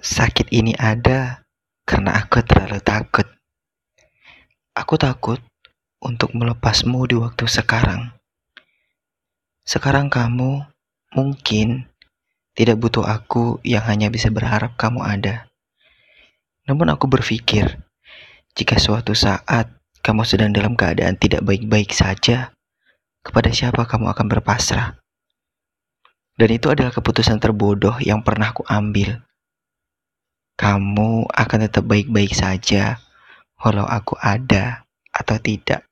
Sakit ini ada karena aku terlalu takut. Aku takut untuk melepasmu di waktu sekarang. Sekarang kamu mungkin tidak butuh aku yang hanya bisa berharap kamu ada. Namun aku berpikir, jika suatu saat kamu sedang dalam keadaan tidak baik-baik saja, kepada siapa kamu akan berpasrah? Dan itu adalah keputusan terbodoh yang pernah aku ambil. Kamu akan tetap baik-baik saja, walau aku ada atau tidak.